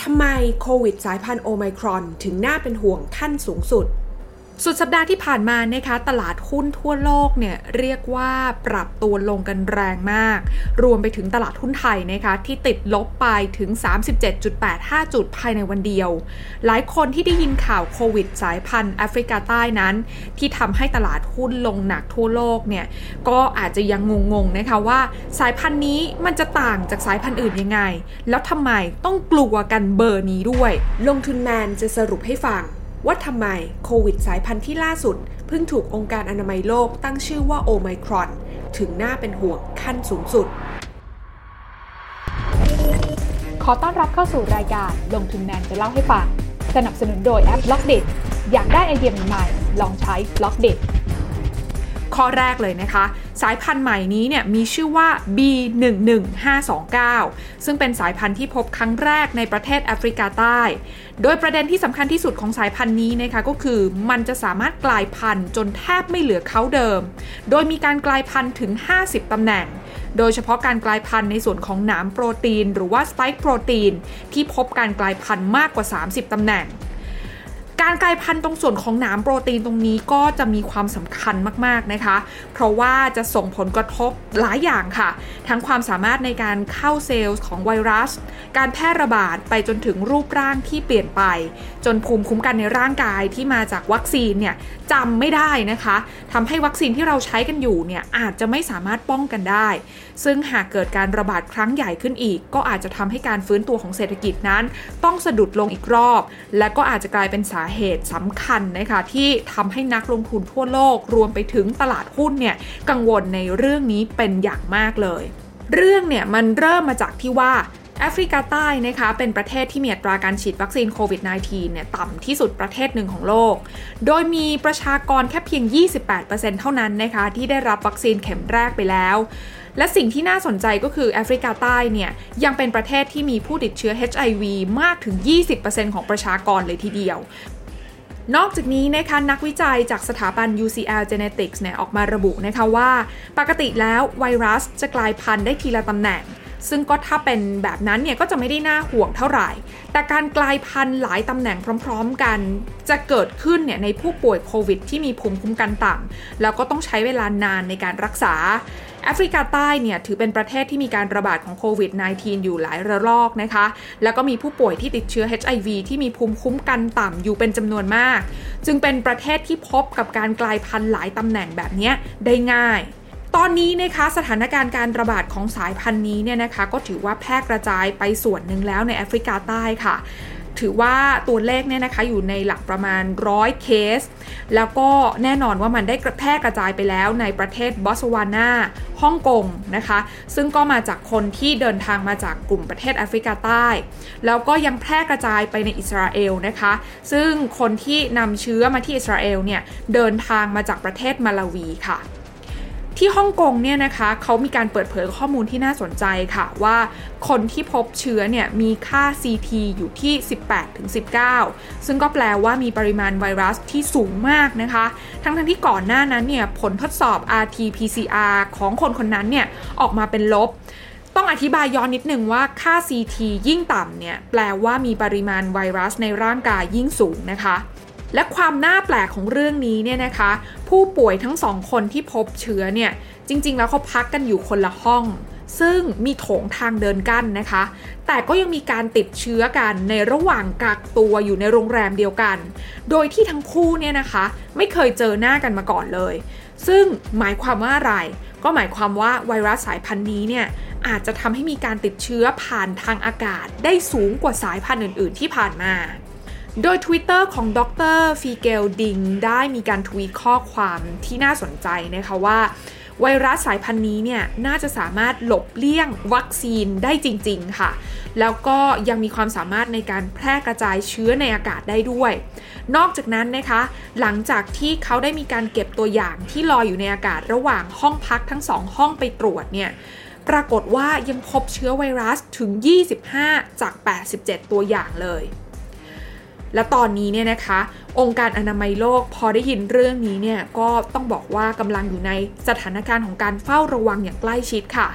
ทำไมโควิดสายพันธุ์โอไมครอนถึงน่าเป็นห่วงขั้นสูงสุดสุดสัปดาห์ที่ผ่านมานะคะตลาดหุ้นทั่วโลกเนี่ยเรียกว่าปรับตัวลงกันแรงมากรวมไปถึงตลาดหุ้นไทยนะคะที่ติดลบไปถึง 37.85 จุดภายในวันเดียวหลายคนที่ได้ยินข่าวโควิดสายพันธุ์แอฟริกาใต้นั้นที่ทำให้ตลาดหุ้นลงหนักทั่วโลกเนี่ยก็อาจจะยังงงๆนะคะว่าสายพันธุ์นี้มันจะต่างจากสายพันธุ์อื่นยังไงแล้วทำไมต้องกลัวกันเบอร์นี้ด้วยลงทุนแมนจะสรุปให้ฟังว่าทำไมโควิดสายพันธุ์ที่ล่าสุดเพิ่งถูกองค์การอนามัยโลกตั้งชื่อว่าโอไมครอนถึงน่าเป็นห่วงขั้นสูงสุดขอต้อนรับเข้าสู่รายการลงทุนแมนจะเล่าให้ฟังสนับสนุนโดยแอป Blockdit อยากได้ไอเดียใหม่ๆลองใช้ Blockdit ข้อแรกเลยนะคะสายพันธุ์ใหม่นี้เนี่ยมีชื่อว่า B11529 ซึ่งเป็นสายพันธุ์ที่พบครั้งแรกในประเทศแอฟริกาใต้โดยประเด็นที่สำคัญที่สุดของสายพันธุ์นี้นะคะก็คือมันจะสามารถกลายพันธุ์จนแทบไม่เหลือเขาเดิมโดยมีการกลายพันธุ์ถึง50ตำแหน่งโดยเฉพาะการกลายพันธุ์ในส่วนของหนามโปรตีนหรือว่าสไปค์โปรตีนที่พบการกลายพันธุ์มากกว่า30ตำแหน่งการกลายพันธุ์ตรงส่วนของหนามโปรตีนตรงนี้ก็จะมีความสำคัญมากๆนะคะเพราะว่าจะส่งผลกระทบหลายอย่างค่ะทั้งความสามารถในการเข้าเซลล์ของไวรัสการแพร่ระบาดไปจนถึงรูปร่างที่เปลี่ยนไปจนภูมิคุ้มกันในร่างกายที่มาจากวัคซีนเนี่ยจำไม่ได้นะคะทำให้วัคซีนที่เราใช้กันอยู่เนี่ยอาจจะไม่สามารถป้องกันได้ซึ่งหากเกิดการระบาดครั้งใหญ่ขึ้นอีกก็อาจจะทำให้การฟื้นตัวของเศรษฐกิจนั้นต้องสะดุดลงอีกรอบและก็อาจจะกลายเป็นสาเหตุสำคัญนะคะที่ทำให้นักลงทุนทั่วโลกรวมไปถึงตลาดหุ้นเนี่ยกังวลในเรื่องนี้เป็นอย่างมากเลยเรื่องเนี่ยมันเริ่มมาจากที่ว่าแอฟริกาใต้นะคะเป็นประเทศที่มีอัตราการฉีดวัคซีนโควิด -19 เนี่ยต่ำที่สุดประเทศหนึ่งของโลกโดยมีประชากรแค่เพียง 28% เท่านั้นนะคะที่ได้รับวัคซีนเข็มแรกไปแล้วและสิ่งที่น่าสนใจก็คือแอฟริกาใต้เนี่ยยังเป็นประเทศที่มีผู้ติดเชื้อ HIV มากถึง 20% ของประชากรเลยทีเดียวนอกจากนี้นะคะนักวิจัยจากสถาบัน UCL Genetics เนี่ยออกมาระบุนะคะว่าปกติแล้วไวรัสจะกลายพันธุ์ได้ทีละตำแหน่งซึ่งก็ถ้าเป็นแบบนั้นเนี่ยก็จะไม่ได้น่าห่วงเท่าไหร่แต่การกลายพันธุ์หลายตำแหน่งพร้อมๆกันจะเกิดขึ้นเนี่ยในผู้ป่วยโควิดที่มีภูมิคุ้มกันต่ำแล้วก็ต้องใช้เวลานานในการรักษาแอฟริกาใต้เนี่ยถือเป็นประเทศที่มีการระบาดของโควิด -19 อยู่หลายระลอกนะคะแล้วก็มีผู้ป่วยที่ติดเชื้อ HIV ที่มีภูมิคุ้มกันต่ำอยู่เป็นจำนวนมากจึงเป็นประเทศที่พบกับการกลายพันธุ์หลายตำแหน่งแบบนี้ได้ง่ายตอนนี้นะคะสถานการณ์การระบาดของสายพันธุ์นี้เนี่ยนะคะก็ถือว่าแพร่กระจายไปส่วนหนึ่งแล้วในแอฟริกาใต้ค่ะถือว่าตัวเลขเนี่ยนะคะอยู่ในหลักประมาณ100เคสแล้วก็แน่นอนว่ามันได้แพร่กระจายไปแล้วในประเทศบอตสวานาฮ่องกงนะคะซึ่งก็มาจากคนที่เดินทางมาจากกลุ่มประเทศแอฟริกาใต้แล้วก็ยังแพร่กระจายไปในอิสราเอลนะคะซึ่งคนที่นำเชื้อมาที่อิสราเอลเนี่ยเดินทางมาจากประเทศมาลาวีค่ะที่ฮ่องกงเนี่ยนะคะเขามีการเปิดเผยข้อมูลที่น่าสนใจค่ะว่าคนที่พบเชื้อเนี่ยมีค่า CT อยู่ที่ 18-19 ซึ่งก็แปลว่ามีปริมาณไวรัสที่สูงมากนะคะทั้งที่ก่อนหน้านั้นเนี่ยผลทดสอบ RT-PCR ของคนคนนั้นเนี่ยออกมาเป็นลบต้องอธิบายย้อนนิดนึงว่าค่า CT ยิ่งต่ำเนี่ยแปลว่ามีปริมาณไวรัสในร่างกายยิ่งสูงนะคะและความน่าแปลกของเรื่องนี้เนี่ยนะคะผู้ป่วยทั้ง2คนที่พบเชื้อเนี่ยจริงๆแล้วเขาพักกันอยู่คนละห้องซึ่งมีโถงทางเดินกั้นนะคะแต่ก็ยังมีการติดเชื้อกันในระหว่างกักตัวอยู่ในโรงแรมเดียวกันโดยที่ทั้งคู่เนี่ยนะคะไม่เคยเจอหน้ากันมาก่อนเลยซึ่งหมายความว่าอะไรก็หมายความว่าไวรัสสายพันธุ์นี้เนี่ยอาจจะทำให้มีการติดเชื้อผ่านทางอากาศได้สูงกว่าสายพันธุ์อื่นๆที่ผ่านมาโดย Twitter ของดร.ฟีเกลดิงได้มีการทวีตข้อความที่น่าสนใจนะคะว่าไวรัสสายพันธุ์นี้เนี่ยน่าจะสามารถหลบเลี่ยงวัคซีนได้จริงๆค่ะแล้วก็ยังมีความสามารถในการแพร่กระจายเชื้อในอากาศได้ด้วยนอกจากนั้นนะคะหลังจากที่เขาได้มีการเก็บตัวอย่างที่ลอยอยู่ในอากาศระหว่างห้องพักทั้ง2ห้องไปตรวจเนี่ยปรากฏว่ายังพบเชื้อไวรัสถึง25จาก87ตัวอย่างเลยและตอนนี้เนี่ยนะคะองค์การอนามัยโลกพอได้ยินเรื่องนี้เนี่ยก็ต้องบอกว่ากำลังอยู่ในสถานการณ์ของการเฝ้าระวังอย่างใกล้ชิดค่ะ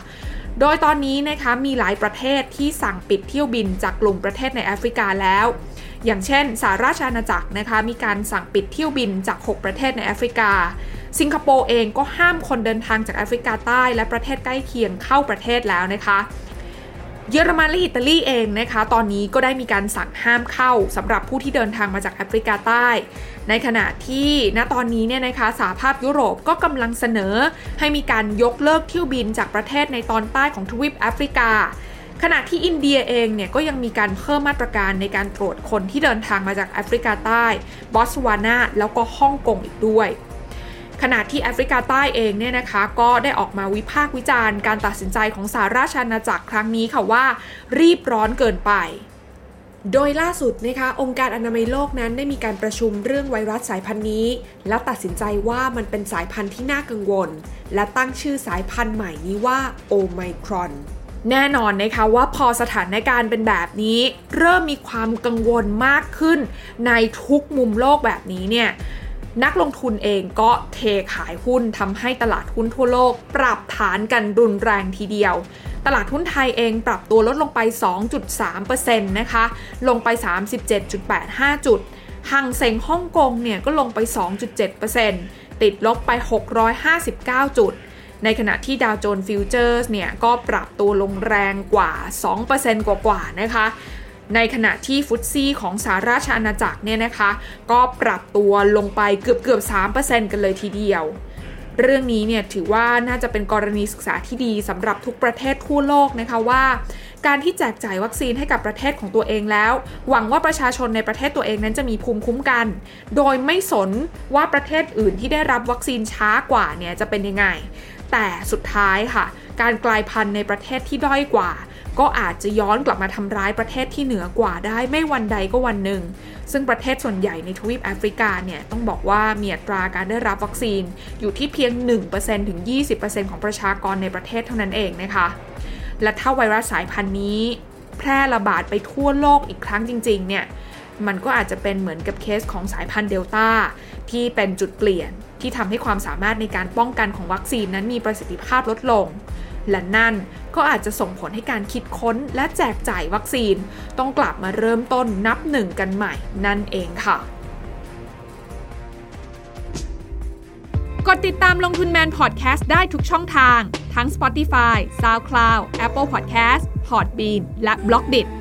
โดยตอนนี้นะคะมีหลายประเทศที่สั่งปิดเที่ยวบินจากกลุ่มประเทศในแอฟริกาแล้วอย่างเช่นสหราชอาณาจักรนะคะมีการสั่งปิดเที่ยวบินจาก6ประเทศในแอฟริกาสิงคโปร์เองก็ห้ามคนเดินทางจากแอฟริกาใต้และประเทศใกล้เคียงเข้าประเทศแล้วนะคะเยอรมันและอิตาลีเองนะคะตอนนี้ก็ได้มีการสั่งห้ามเข้าสำหรับผู้ที่เดินทางมาจากแอฟริกาใต้ในขณะที่ณตอนนี้เนี่ยนะคะสหภาพยุโรปก็กำลังเสนอให้มีการยกเลิกเที่ยวบินจากประเทศในตอนใต้ของทวีปแอฟริกาขณะที่อินเดียเองเนี่ยก็ยังมีการเพิ่มมาตรการในการตรวจคนที่เดินทางมาจากแอฟริกาใต้บอตสวานาแล้วก็ฮ่องกงอีกด้วยขณะที่แอฟริกาใต้เองเนี่ยนะคะก็ได้ออกมาวิพากษ์วิจารณ์การตัดสินใจของสหราชอาณาจักรครั้งนี้ค่ะว่ารีบร้อนเกินไปโดยล่าสุดนะคะองค์การอนามัยโลกนั้นได้มีการประชุมเรื่องไวรัสสายพันธุ์นี้และตัดสินใจว่ามันเป็นสายพันธุ์ที่น่ากังวลและตั้งชื่อสายพันธุ์ใหม่นี้ว่าโอไมครอนแน่นอนนะคะว่าพอสถานการณ์เป็นแบบนี้เริ่มมีความกังวลมากขึ้นในทุกมุมโลกแบบนี้เนี่ยนักลงทุนเองก็เทขายหุ้นทำให้ตลาดหุ้นทั่วโลกปรับฐานกันรุนแรงทีเดียวตลาดหุ้นไทยเองปรับตัวลดลงไป 2.3% นะคะลงไป 37.85 จุดหังเส็งฮ่องกงเนี่ยก็ลงไป 2.7% ติดลบไป659จุดในขณะที่ดาวโจนส์ฟิวเจอร์สเนี่ยก็ปรับตัวลงแรงกว่า 2% กว่าๆนะคะในขณะที่ฟุตซี่ของสหราชอาณาจักรเนี่ยนะคะก็ปรับตัวลงไปเกือบ 3% กันเลยทีเดียวเรื่องนี้เนี่ยถือว่าน่าจะเป็นกรณีศึกษาที่ดีสำหรับทุกประเทศทั่วโลกนะคะว่าการที่แจกจ่ายวัคซีนให้กับประเทศของตัวเองแล้วหวังว่าประชาชนในประเทศตัวเองนั้นจะมีภูมิคุ้มกันโดยไม่สนว่าประเทศอื่นที่ได้รับวัคซีนช้ากว่าเนี่ยจะเป็นยังไงแต่สุดท้ายค่ะการกลายพันธุ์ในประเทศที่ด้อยกว่าก็อาจจะย้อนกลับมาทำร้ายประเทศที่เหนือกว่าได้ไม่วันใดก็วันหนึ่งซึ่งประเทศส่วนใหญ่ในทวีปแอฟริกาเนี่ยต้องบอกว่ามีอัตราการได้รับวัคซีนอยู่ที่เพียง 1% ถึง 20% ของประชากรในประเทศเท่านั้นเองนะคะและถ้าไวรัสสายพันธุ์นี้แพร่ระบาดไปทั่วโลกอีกครั้งจริงๆเนี่ยมันก็อาจจะเป็นเหมือนกับเคสของสายพันธุ์เดลต้าที่เป็นจุดเปลี่ยนที่ทำให้ความสามารถในการป้องกันของวัคซีนนั้นมีประสิทธิภาพลดลงและนั่นก็อาจจะส่งผลให้การคิดค้นและแจกจ่ายวัคซีนต้องกลับมาเริ่มต้นนับหนึ่งกันใหม่นั่นเองค่ะกดติดตามลงทุนแมนพอดแคสต์ได้ทุกช่องทางทั้ง Spotify, SoundCloud, Apple Podcast, Podbean และ Blockdit